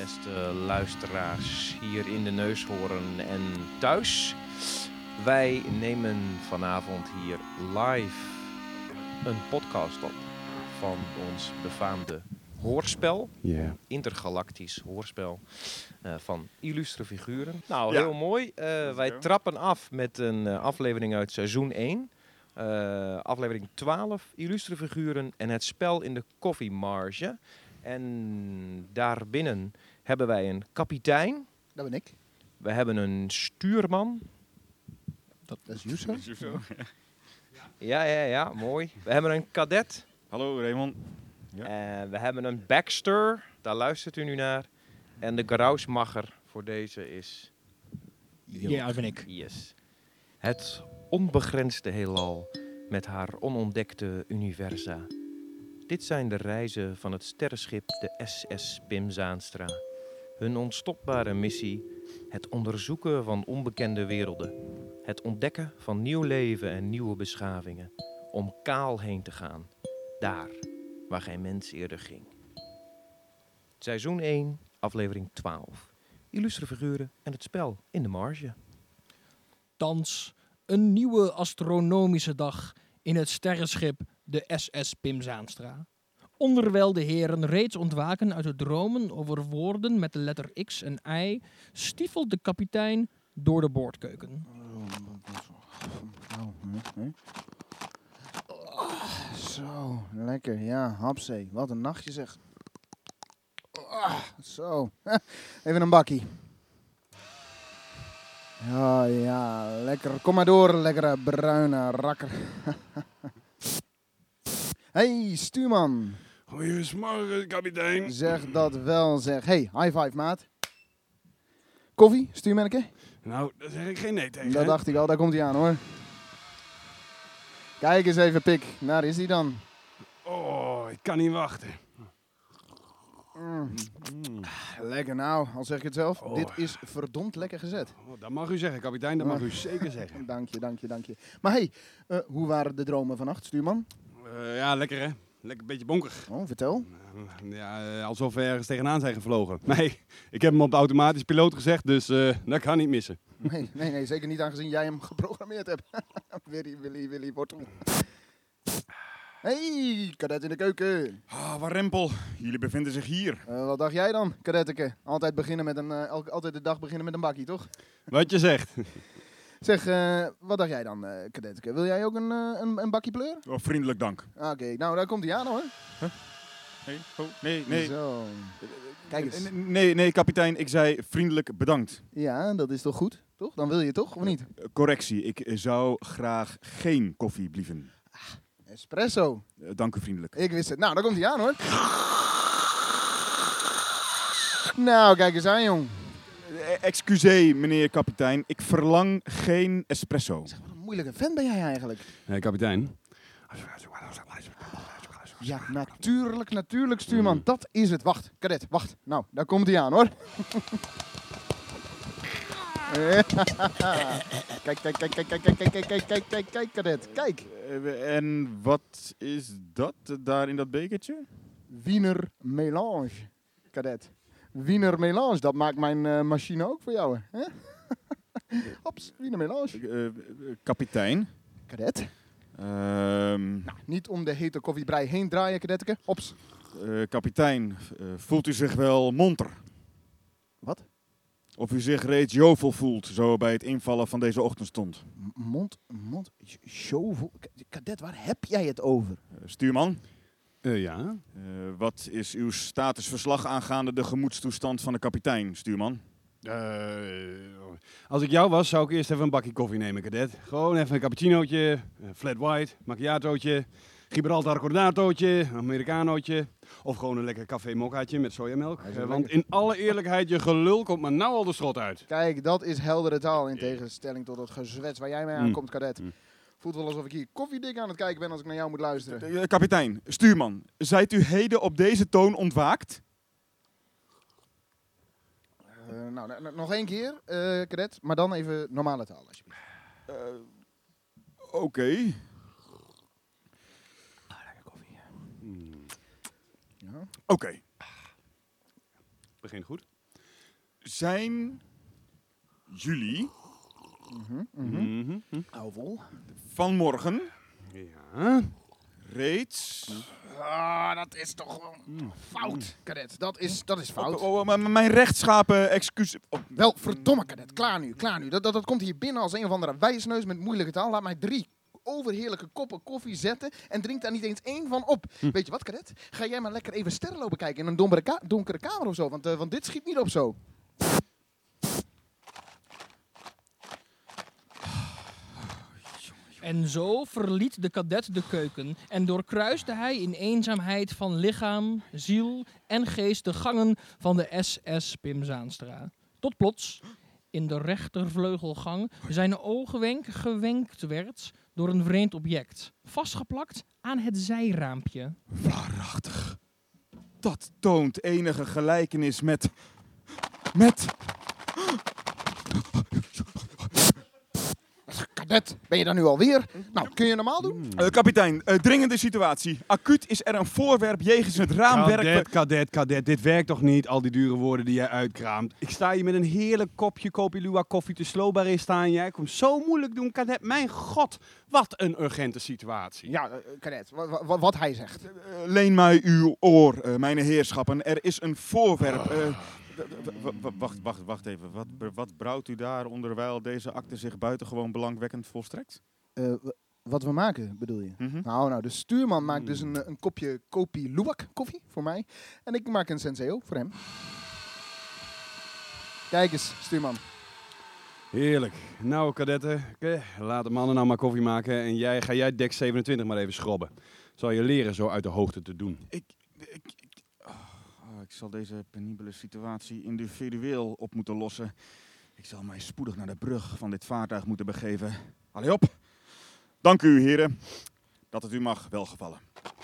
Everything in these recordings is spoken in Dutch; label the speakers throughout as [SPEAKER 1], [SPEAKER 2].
[SPEAKER 1] beste luisteraars hier in de Neushoorn en thuis. Wij nemen vanavond hier live een podcast op van ons befaamde hoorspel. Intergalactisch hoorspel van illustre figuren. Nou, heel mooi. Wij trappen af met een aflevering uit seizoen 1. Aflevering 12, illustre figuren en het spel in de koffiemarge. En daarbinnen hebben wij een kapitein.
[SPEAKER 2] Dat ben ik.
[SPEAKER 1] We hebben een stuurman.
[SPEAKER 2] Dat is Yusuf.
[SPEAKER 1] Ja, mooi. We hebben een kadet.
[SPEAKER 3] Hallo Raymond.
[SPEAKER 1] We hebben een Baxter, daar luistert u nu naar. En de Grausmacher voor deze is...
[SPEAKER 2] Ja, dat ben ik.
[SPEAKER 1] Yes. Het onbegrensde heelal met haar onontdekte universa. Dit zijn de reizen van het sterrenschip de SS Pim Zaanstra. Hun onstopbare missie: het onderzoeken van onbekende werelden. Het ontdekken van nieuw leven en nieuwe beschavingen. Om kaal heen te gaan. Daar waar geen mens eerder ging. Seizoen 1, aflevering 12. Illustre figuren en het spel in de marge.
[SPEAKER 4] Thans een nieuwe astronomische dag in het sterrenschip de SS Pim Zaanstra. Onderwijl de heren reeds ontwaken uit het dromen over woorden met de letter X en Y, stiefelt de kapitein door de boordkeuken.
[SPEAKER 2] Zo, lekker. Ja, hapsee. Wat een nachtje zeg. Zo. Even een bakkie. Ja, lekker. Kom maar door, lekkere bruine rakker. Hey, stuurman.
[SPEAKER 3] Goeiemorgen, kapitein.
[SPEAKER 2] Zeg dat wel, zeg. Hey, high five, maat. Koffie, stuurmanneke?
[SPEAKER 3] Nou, daar zeg ik geen nee tegen.
[SPEAKER 2] Dat dacht ik al, daar komt hij aan, hoor. Kijk eens even, pik. Daar is hij dan.
[SPEAKER 3] Oh, ik kan niet wachten.
[SPEAKER 2] Lekker nou, al zeg je het zelf.
[SPEAKER 3] Oh.
[SPEAKER 2] Dit is verdomd lekker gezet.
[SPEAKER 3] Oh, dat mag u zeggen, kapitein. Dat mag u zeker zeggen.
[SPEAKER 2] Dank je. Maar hey, hoe waren de dromen vannacht, stuurman?
[SPEAKER 3] Ja, lekker hè. Lekker een beetje bonkig.
[SPEAKER 2] Oh, vertel.
[SPEAKER 3] Ja, alsof we ergens tegenaan zijn gevlogen. Nee, ik heb hem op de automatische piloot gezegd, dus dat kan niet missen.
[SPEAKER 2] Nee, zeker niet aangezien jij hem geprogrammeerd hebt. Willy, wortel. Hey, kadet in de keuken.
[SPEAKER 5] Warempel, jullie bevinden zich hier.
[SPEAKER 2] Wat dacht jij dan, kadetteke? Altijd de dag beginnen met een bakkie, toch?
[SPEAKER 3] Wat je zegt.
[SPEAKER 2] Zeg, wat dacht jij dan, kadetteke? Wil jij ook een bakkie pleur?
[SPEAKER 5] Oh, vriendelijk dank.
[SPEAKER 2] Oké, nou daar komt hij aan hoor.
[SPEAKER 5] Nee.
[SPEAKER 2] Zo. Kijk eens.
[SPEAKER 5] Nee, kapitein, ik zei vriendelijk bedankt.
[SPEAKER 2] Ja, dat is toch goed, toch? Dan wil je toch, of niet?
[SPEAKER 5] Correctie, ik zou graag geen koffie blieven.
[SPEAKER 2] Espresso.
[SPEAKER 5] Dank u vriendelijk.
[SPEAKER 2] Ik wist het. Nou, daar komt hij aan hoor. Nou, kijk eens aan, jong.
[SPEAKER 5] Excuseer, meneer kapitein, ik verlang geen espresso.
[SPEAKER 2] Zeg, wat een moeilijke vent ben jij eigenlijk.
[SPEAKER 3] Hey, kapitein.
[SPEAKER 2] Ja, natuurlijk, stuurman. Dat is het. Wacht, kadet, wacht. Nou, daar komt hij aan, hoor. Kijk, kadet, kijk.
[SPEAKER 5] En wat is dat daar in dat bekertje?
[SPEAKER 2] Wiener Melange, kadet. Wiener Melange, dat maakt mijn machine ook voor jou, hè? Ops, Wiener Melange.
[SPEAKER 5] Kapitein.
[SPEAKER 2] Kadet.
[SPEAKER 5] Nou,
[SPEAKER 2] Niet om de hete koffiebrei heen draaien, kadetteke. Ops.
[SPEAKER 5] kapitein, voelt u zich wel monter?
[SPEAKER 2] Wat?
[SPEAKER 5] Of u zich reeds jovel voelt, zo bij het invallen van deze ochtendstond?
[SPEAKER 2] Show. Kadet, waar heb jij het over?
[SPEAKER 5] Stuurman,
[SPEAKER 3] Ja.
[SPEAKER 5] wat is uw statusverslag aangaande de gemoedstoestand van de kapitein, stuurman?
[SPEAKER 3] Als ik jou was, zou ik eerst even een bakje koffie nemen, kadet. Gewoon even een cappuccinootje, een flat white, macchiatootje, Gibraltar Cornatootje, een Americanootje. Of gewoon een lekker café mokkaatje met sojamelk. Want in alle eerlijkheid, je gelul komt me nou al de schot uit.
[SPEAKER 2] Kijk, dat is heldere taal in tegenstelling tot het gezwets waar jij mee aankomt, kadet. Voelt wel alsof ik hier koffiedik aan het kijken ben als ik naar jou moet luisteren.
[SPEAKER 5] Kapitein, stuurman, zijt u heden op deze toon ontwaakt?
[SPEAKER 2] Nog één keer, kadet, maar dan even normale taal, alsjeblieft.
[SPEAKER 5] Oké.
[SPEAKER 2] Lekker koffie.
[SPEAKER 5] Oké.
[SPEAKER 3] Begin goed.
[SPEAKER 5] Zijn jullie
[SPEAKER 2] Hou vol.
[SPEAKER 5] vanmorgen
[SPEAKER 3] Ja.
[SPEAKER 5] reeds...
[SPEAKER 2] Ah, dat is toch wel fout, kadet. Dat is fout.
[SPEAKER 5] maar mijn rechtschapen excuus...
[SPEAKER 2] Wel, verdomme, kadet. Klaar nu. Dat komt hier binnen als een of andere wijsneus met moeilijke taal. Laat mij 3 overheerlijke koppen koffie zetten en drink daar niet eens 1 van op. Weet je wat, kadet? Ga jij maar lekker even sterren lopen kijken in een donkere kamer of zo, want dit schiet niet op zo.
[SPEAKER 4] En zo verliet de kadet de keuken en doorkruiste hij in eenzaamheid van lichaam, ziel en geest de gangen van de SS Pim Zaanstra. Tot plots, in de rechtervleugelgang, zijn oogwenk gewenkt werd door een vreemd object, vastgeplakt aan het zijraampje.
[SPEAKER 5] Waarachtig. Dat toont enige gelijkenis met...
[SPEAKER 2] Kadet, ben je daar nu alweer? Nou, kun je normaal doen?
[SPEAKER 5] Kapitein, dringende situatie. Acuut is er een voorwerp jegens het raamwerk...
[SPEAKER 3] Kadet, dit werkt toch niet, al die dure woorden die jij uitkraamt. Ik sta hier met een heerlijk kopje Kopilua koffie te slowbar in staan. Jij komt zo moeilijk doen, kadet. Mijn god, wat een urgente situatie.
[SPEAKER 2] Ja, kadet, wat hij zegt.
[SPEAKER 5] Leen mij uw oor, mijn heerschappen. Er is een voorwerp... Wacht even. Wat brouwt u daar onderwijl deze akte zich buitengewoon belangwekkend volstrekt?
[SPEAKER 2] Wat we maken, bedoel je? Nou, de stuurman maakt dus een kopje Kopi Luwak koffie voor mij. En ik maak een Senseo voor hem. Kijk eens, stuurman.
[SPEAKER 3] Heerlijk. Nou, kadetten, laat de mannen nou maar koffie maken en ga jij dek 27 maar even schrobben. Zal je leren zo uit de hoogte te doen.
[SPEAKER 5] Ik zal deze penibele situatie individueel op moeten lossen. Ik zal mij spoedig naar de brug van dit vaartuig moeten begeven. Allee op. Dank u, heren. Dat het u mag welgevallen.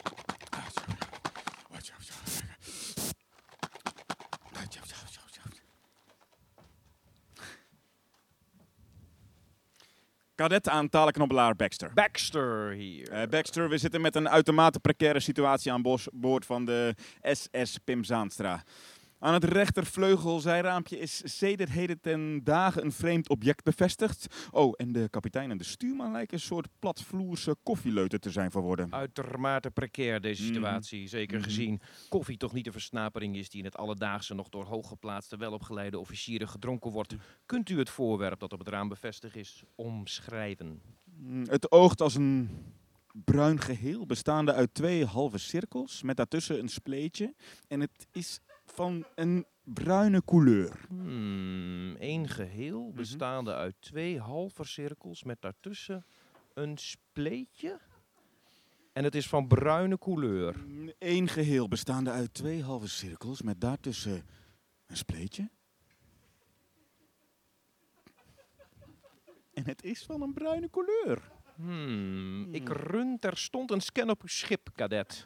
[SPEAKER 5] Kadet aan talenknobbelaar Baxter.
[SPEAKER 1] Baxter hier.
[SPEAKER 5] Baxter, we zitten met een uitermate precaire situatie aan boord van de SS Pim Zaanstra. Aan het rechtervleugelzijraampje is sedert heden ten dagen een vreemd object bevestigd. Oh, en de kapitein en de stuurman lijken een soort platvloerse koffieleuten te zijn verworden.
[SPEAKER 1] Uitermate precair deze situatie, zeker gezien koffie toch niet de versnapering is die in het alledaagse nog door hooggeplaatste, welopgeleide officieren gedronken wordt. Kunt u het voorwerp dat op het raam bevestigd is omschrijven?
[SPEAKER 5] Het oogt als een bruin geheel bestaande uit 2 halve cirkels met daartussen een spleetje. En het is van een bruine couleur.
[SPEAKER 1] Een geheel bestaande uit 2 halve cirkels met daartussen een spleetje. En het is van bruine couleur.
[SPEAKER 5] Eén geheel bestaande uit 2 halve cirkels met daartussen een spleetje. En het is van een bruine couleur.
[SPEAKER 1] Ik run terstond een scan op uw schip, kadet.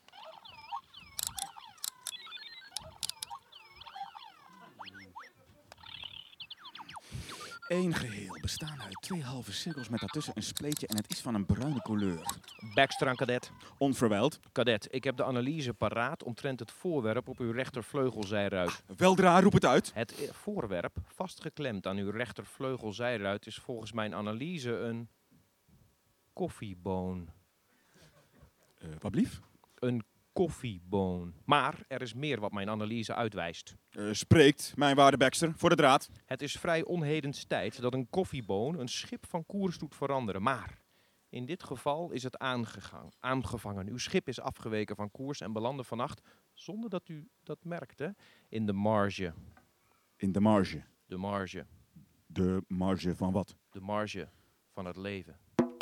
[SPEAKER 5] Eén geheel bestaande uit 2 halve cirkels met daartussen een spleetje en het is van een bruine couleur.
[SPEAKER 1] Baxter aan kadet.
[SPEAKER 5] Onverwijld.
[SPEAKER 1] Kadet, ik heb de analyse paraat omtrent het voorwerp op uw rechtervleugelzijruit.
[SPEAKER 5] Weldra, roep het uit.
[SPEAKER 1] Het voorwerp, vastgeklemd aan uw rechtervleugelzijruit, is volgens mijn analyse een koffieboon.
[SPEAKER 5] Wat blief?
[SPEAKER 1] Een koffieboon. Maar er is meer wat mijn analyse uitwijst.
[SPEAKER 5] Spreekt, mijn waarde Baxter, voor de draad.
[SPEAKER 1] Het is vrij onhedens tijd dat een koffieboon een schip van koers doet veranderen. Maar in dit geval is het aangevangen. Uw schip is afgeweken van koers en belandde vannacht, zonder dat u dat merkte, in de marge.
[SPEAKER 5] In de marge.
[SPEAKER 1] De marge.
[SPEAKER 5] De marge van wat?
[SPEAKER 1] De marge van het leven.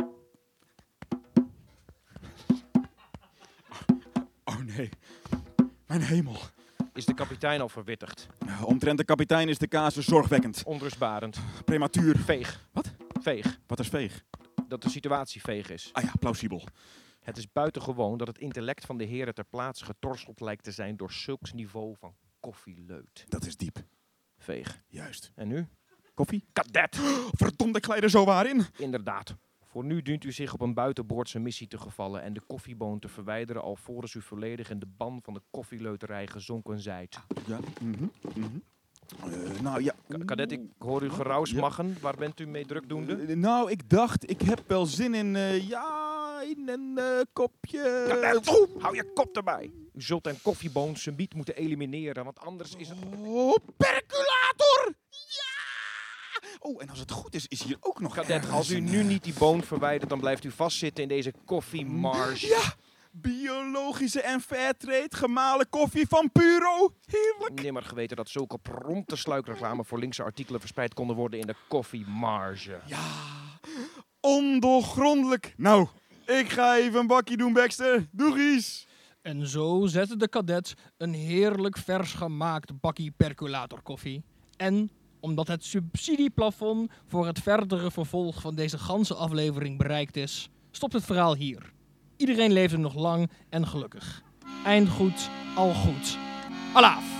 [SPEAKER 5] Oh nee, mijn hemel.
[SPEAKER 1] Is de kapitein al verwittigd?
[SPEAKER 5] Omtrent de kapitein is de casus zorgwekkend.
[SPEAKER 1] Onrustbarend.
[SPEAKER 5] Prematuur.
[SPEAKER 1] Veeg.
[SPEAKER 5] Wat?
[SPEAKER 1] Veeg.
[SPEAKER 5] Wat is veeg?
[SPEAKER 1] Dat de situatie veeg is.
[SPEAKER 5] Ah ja, plausibel.
[SPEAKER 1] Het is buitengewoon dat het intellect van de heren ter plaatse getorsteld lijkt te zijn door zulks niveau van koffieleut.
[SPEAKER 5] Dat is diep.
[SPEAKER 1] Veeg.
[SPEAKER 5] Juist.
[SPEAKER 1] En nu?
[SPEAKER 5] Koffie?
[SPEAKER 1] Kadet!
[SPEAKER 5] Verdomd, ik glij er zo waar in.
[SPEAKER 1] Inderdaad. Voor nu dient u zich op een buitenboordse missie te gevallen en de koffieboon te verwijderen alvorens u volledig in de ban van de koffieleuterij gezonken zijt.
[SPEAKER 5] Ja. Nou ja.
[SPEAKER 1] Kadet, ik hoor u gerausmachen. Waar bent u mee drukdoende?
[SPEAKER 5] Nou, ik dacht, ik heb wel zin in, in een kopje...
[SPEAKER 1] Kadet, hou je kop erbij. U zult een koffieboon subiet moeten elimineren, want anders is het...
[SPEAKER 5] Oh, percolator! Ja! Oh, en als het goed is, is hier ook nog
[SPEAKER 1] Kadet,
[SPEAKER 5] ergens
[SPEAKER 1] als u
[SPEAKER 5] een-
[SPEAKER 1] nu niet die boon verwijdert, dan blijft u vastzitten in deze koffiemarge.
[SPEAKER 5] Ja! Biologische en fairtrade gemalen koffie van Puro. Heerlijk!
[SPEAKER 1] Nimmer geweten dat zulke prompte sluikreclame voor linkse artikelen verspreid konden worden in de koffiemarge.
[SPEAKER 5] Ja, ondoorgrondelijk. Nou, ik ga even een bakje doen, Baxter. Doegies!
[SPEAKER 4] En zo zette de kadet een heerlijk vers gemaakt bakkie percolator koffie. En omdat het subsidieplafond voor het verdere vervolg van deze ganse aflevering bereikt is, stopt het verhaal hier. Iedereen leefde nog lang en gelukkig. Eind goed, al goed. Alaaf!